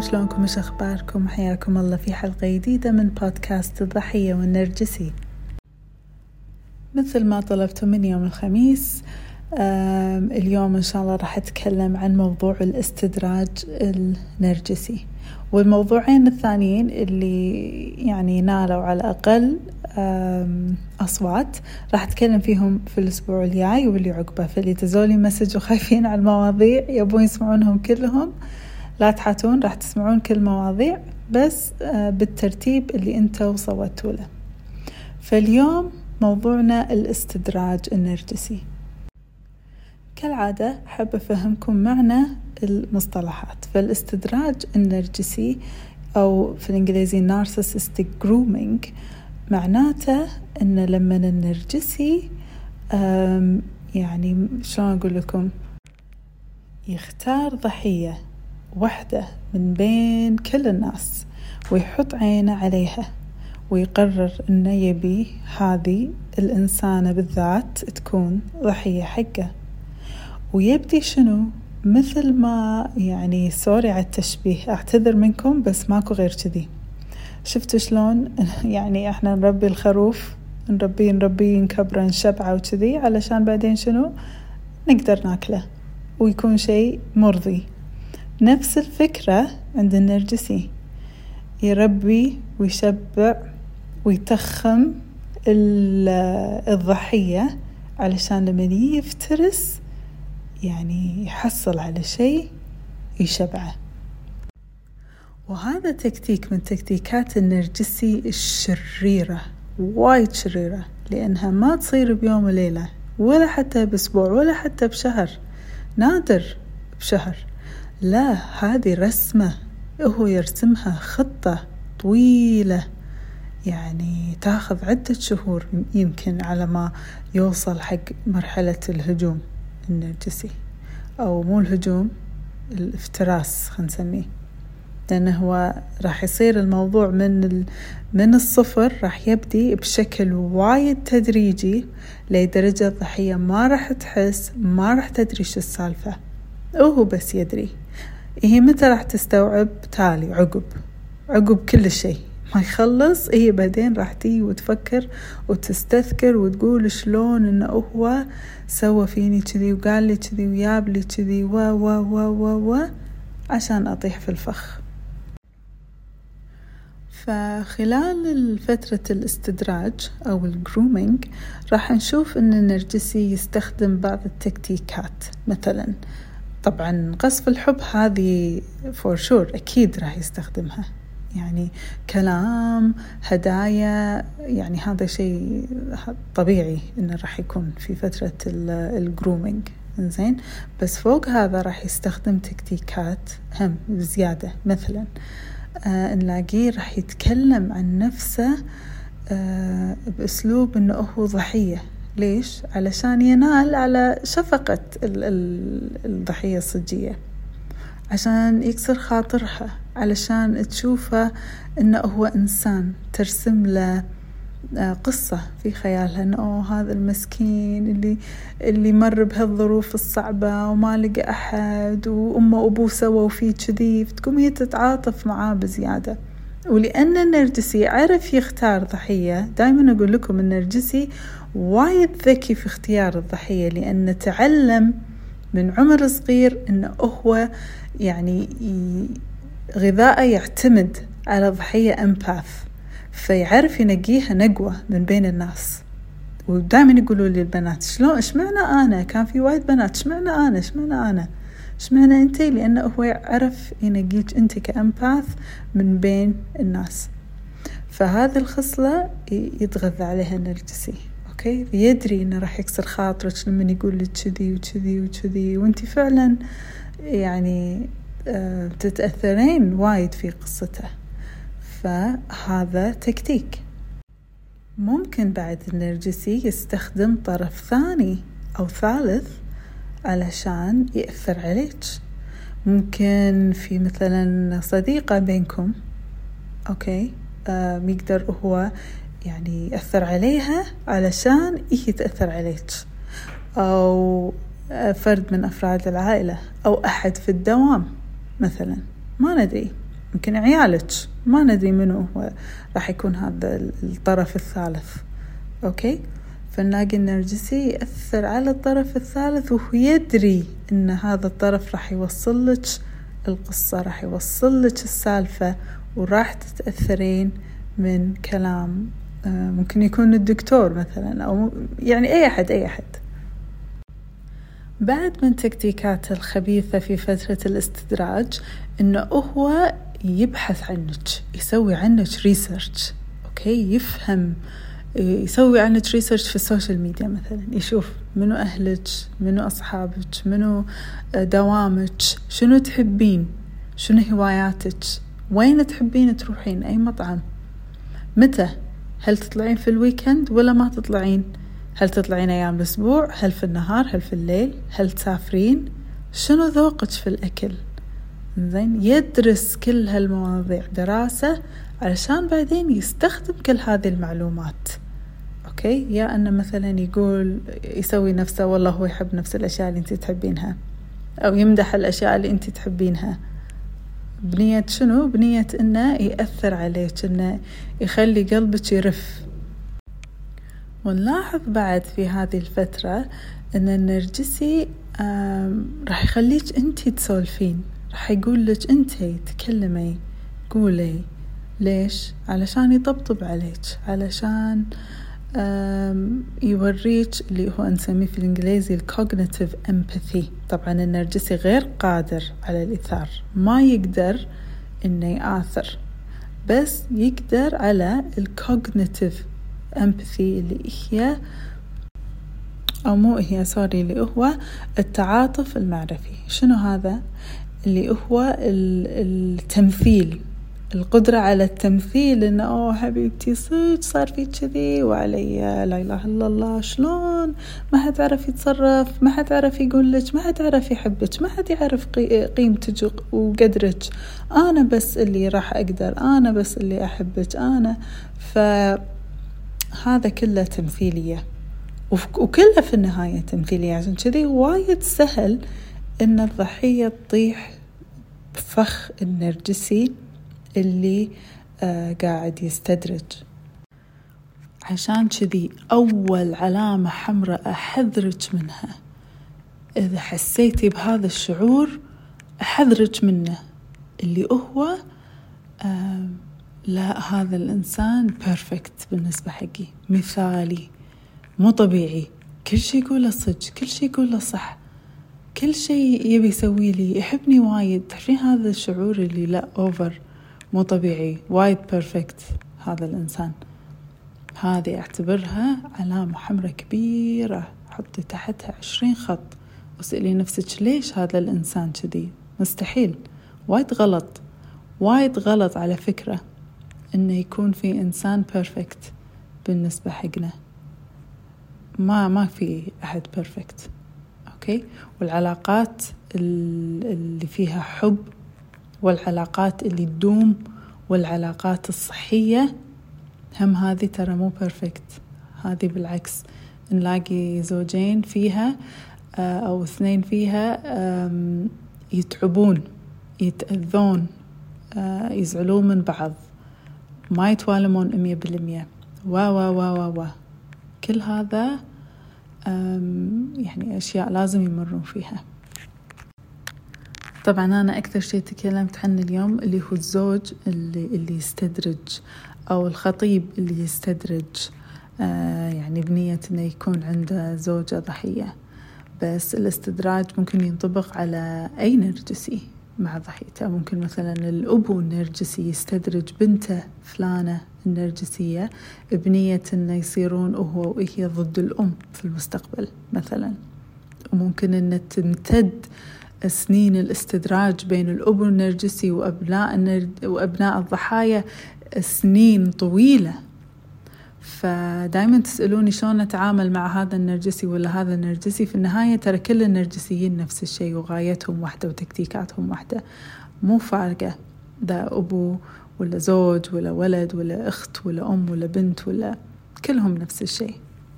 شلونكم؟ وش أخباركم؟ حياكم الله في حلقة جديدة من بودكاست الضحية والنرجسي. مثل ما طلبتم من يوم الخميس، اليوم إن شاء الله راح أتكلم عن موضوع الاستدراج النرجسي، والموضوعين الثانيين اللي يعني نالوا على أقل أصوات راح أتكلم فيهم في الأسبوع الجاي واللي عقبه. فاللي تزولي مسج وخايفين على المواضيع يبون يسمعونهم كلهم، لا تحاتون، راح تسمعون كل مواضيع بس بالترتيب اللي انتوا صوتوا له. فاليوم موضوعنا الاستدراج النرجسي. كالعادة حابة أفهمكم معنى المصطلحات. فالاستدراج النرجسي أو في الإنجليزي narcissistic grooming معناته إن لما النرجسي يعني شلون أقول لكم، يختار ضحية واحدة من بين كل الناس ويحط عينه عليها ويقرر إنه يبي هذه الإنسانة بالذات تكون ضحية حقه، ويبدي شنو مثل ما يعني سوري على التشبيه، أعتذر منكم بس ماكو غير كذي. شفتوا شلون يعني إحنا نربي الخروف، نربي نكبره نشبعه وكذي علشان بعدين شنو نقدر ناكله ويكون شيء مرضي. نفس الفكرة عند النرجسي، يربي ويشبع ويتخم الضحية علشان لما يفترس يعني يحصل على شيء يشبعه. وهذا تكتيك من تكتيكات النرجسي الشريرة، وايد شريرة، لأنها ما تصير بيوم وليلة ولا حتى بأسبوع ولا حتى بشهر، نادر بشهر، لا، هذه رسمة هو يرسمها، خطة طويلة يعني تاخذ عدة شهور يمكن على ما يوصل حق مرحلة الهجوم النرجسي، أو مو الهجوم، الافتراس خلينا نسميه، لأنه هو راح يصير الموضوع من الصفر، راح يبدي بشكل وايد تدريجي لدرجة الضحية ما راح تحس، ما راح تدري شو السالفة، وهو بس يدري. هي متى راح تستوعب؟ تالي عقب كل شيء ما يخلص، هي بعدين راح تيجي وتفكر وتستذكر وتقول شلون إنه هو سوى فيني كذي وقال لي كذي وياب لي كذي و عشان أطيح في الفخ. فخلال فترة الاستدراج أو الجرومينج راح نشوف إن النرجسي يستخدم بعض التكتيكات، مثلا طبعا قصف الحب هذه for sure أكيد راح يستخدمها، يعني كلام، هدايا، يعني هذا شيء طبيعي إنه راح يكون في فترة الجرومينج. إنزين، بس فوق هذا راح يستخدم تكتيكات هم زيادة، مثلا نلاقيه راح يتكلم عن نفسه بأسلوب إنه هو ضحية. ليش؟ علشان ينال على شفقة الضحية الصجية، عشان يكسر خاطرها، علشان تشوفه إنه هو إنسان، ترسم له قصة في خيالها إنه هذا المسكين اللي مر بهالظروف الصعبة وما لقى أحد وأمه وأبوه سووا فيه كذي، فتقوم هي تتعاطف معاه بزيادة. ولأن النرجسي عرف يختار ضحية، دايما أقول لكم النرجسي وايد ذكي في اختيار الضحية، لأنه تعلم من عمر صغير إنه هو يعني غذاءه يعتمد على ضحية أمباث، فيعرف ينقيها نقوة من بين الناس. ودائما يقولوا لي البنات شلون اشمعنى أنا، كان في وايد بنات اشمعنى أنا أنتي، لأنه هو يعرف ينقيك أنت كأمباث من بين الناس. فهذه الخصلة يتغذى عليها النرجسي، أوكي، يدري إنه راح يكسر خاطرك لما يقول لك كذي وكذي وكذي، وأنتي فعلا يعني تتأثرين وايد في قصته. فهذا تكتيك. ممكن بعد النرجسي يستخدم طرف ثاني أو ثالث علشان يأثر عليك. ممكن في مثلا صديقة بينكم، أوكي، يقدر هو يعني يأثر عليها علشان تأثر عليك، أو فرد من أفراد العائلة، أو أحد في الدوام مثلا، ما ندري. يمكن عيالك، ما ندري منو هو راح يكون هذا الطرف الثالث. أوكي، فالناقي النرجسي يأثر على الطرف الثالث وهو يدري إن هذا الطرف راح يوصل لك القصة، راح يوصل لك السالفة، وراح تتأثرين من كلام ممكن يكون الدكتور مثلا، أو يعني أي أحد. بعد من تكتيكات الخبيثة في فترة الاستدراج إنه هو يبحث عنك، يسوي عنك ريسيرش. أوكي، يفهم، يسوي عنك ريسيرش في السوشيال ميديا مثلا، يشوف منو أهلك، منو أصحابك، منو دوامك، شنو تحبين، شنو هواياتك، وين تحبين تروحين، أي مطعم، متى، هل تطلعين في الويكند ولا ما تطلعين، هل تطلعين أيام الأسبوع، هل في النهار، هل في الليل، هل تسافرين، شنو ذوقك في الأكل. زين، يدرس كل هالمواضيع دراسة علشان بعدين يستخدم كل هذه المعلومات. أوكي، يا أنه مثلا يقول، يسوي نفسه والله هو يحب نفس الأشياء اللي أنت تحبينها، أو يمدح الأشياء اللي أنت تحبينها، بنية شنو؟ بنية إنه يأثر عليك، إنه يخلي قلبك يرف. ونلاحظ بعد في هذه الفترة إن النرجسي راح يخليك أنت تسولفين، راح يقول لك أنت تكلمي، قولي. ليش؟ علشان يطبطب عليك، علشان يوريك اللي هو نسميه في الإنجليزي cognitive empathy. طبعا النرجسي غير قادر على الإثار، ما يقدر إنه يآثر، بس يقدر على cognitive empathy اللي هي اللي هو التعاطف المعرفي. شنو هذا؟ اللي هو التمثيل، القدرة على التمثيل، إنه حبيبتي صدق صار في كذي وعلي لا إله إلا الله، شلون ما حد عرف يتصرف، ما حد عرف يقولك، ما حد عرف يحبك، ما حد يعرف قيمتك وقدرك، أنا بس اللي راح أقدر، أنا بس اللي أحبك أنا. فهذا كله تمثيلية، وكلها في النهاية تمثيلية. عشان كذي وايد سهل إن الضحية تطيح بفخ النرجسي اللي قاعد يستدرج. عشان كذي أول علامة حمراء أحذرك منها، إذا حسيتي بهذا الشعور أحذرك منه، اللي هو لا، هذا الإنسان بيرفكت بالنسبة حقي، مثالي، مو طبيعي، كل شيء يقوله صدق، كل شيء يقوله صح، كل شيء يبي يسوي لي، يحبني وايد. تعرفين هذا الشعور اللي لا، أوفر، مو طبيعي، وايد بيرفكت هذا الإنسان. هذه اعتبرها علامة حمراء كبيرة، حطي تحتها 20 خط وسألي نفسك ليش هذا الإنسان كذي؟ مستحيل، وايد غلط، وايد غلط على فكرة إنه يكون في إنسان بيرفكت بالنسبة حقنا. ما في أحد بيرفكت. أوكي، والعلاقات اللي فيها حب، والعلاقات اللي تدوم، والعلاقات الصحية، هم هذه ترى مو بيرفكت. هذه بالعكس نلاقي زوجين فيها أو اثنين فيها يتعبون، يتأذون، يزعلون من بعض، ما يتوالمون 100%. كل هذا يعني أشياء لازم يمرون فيها. طبعا أنا أكثر شيء تكلمت عنه اليوم اللي هو الزوج اللي يستدرج، أو الخطيب اللي يستدرج، يعني بنية أنه يكون عنده زوجة ضحية. بس الاستدراج ممكن ينطبق على أي نرجسي مع ضحيته. ممكن مثلا الأبو النرجسي يستدرج بنته فلانة النرجسية بنية أنه يصيرون هو وهي ضد الأم في المستقبل مثلا. وممكن أن تمتد سنين الاستدراج بين الأب النرجسي وأبناء الضحايا سنين طويلة. فدائما تسألوني شلون أتعامل مع هذا النرجسي ولا هذا النرجسي. في النهاية ترى كل النرجسيين نفس الشيء، وغايتهم واحدة وتكتيكاتهم واحدة، مو فارقة ده أبو ولا زوج ولا ولد ولا أخت ولا أم ولا بنت، ولا كلهم نفس الشيء.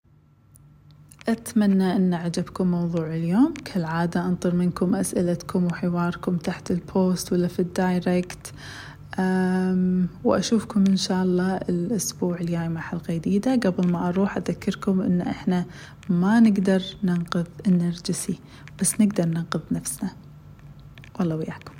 أتمنى أن عجبكم موضوع اليوم. كالعادة أنطر منكم أسئلتكم وحواركم تحت البوست ولا في الدايركت. وأشوفكم إن شاء الله الأسبوع الجاي مع حلقة جديدة. قبل ما أروح أذكركم إن إحنا ما نقدر ننقذ النرجسي، بس نقدر ننقذ نفسنا. والله وياكم.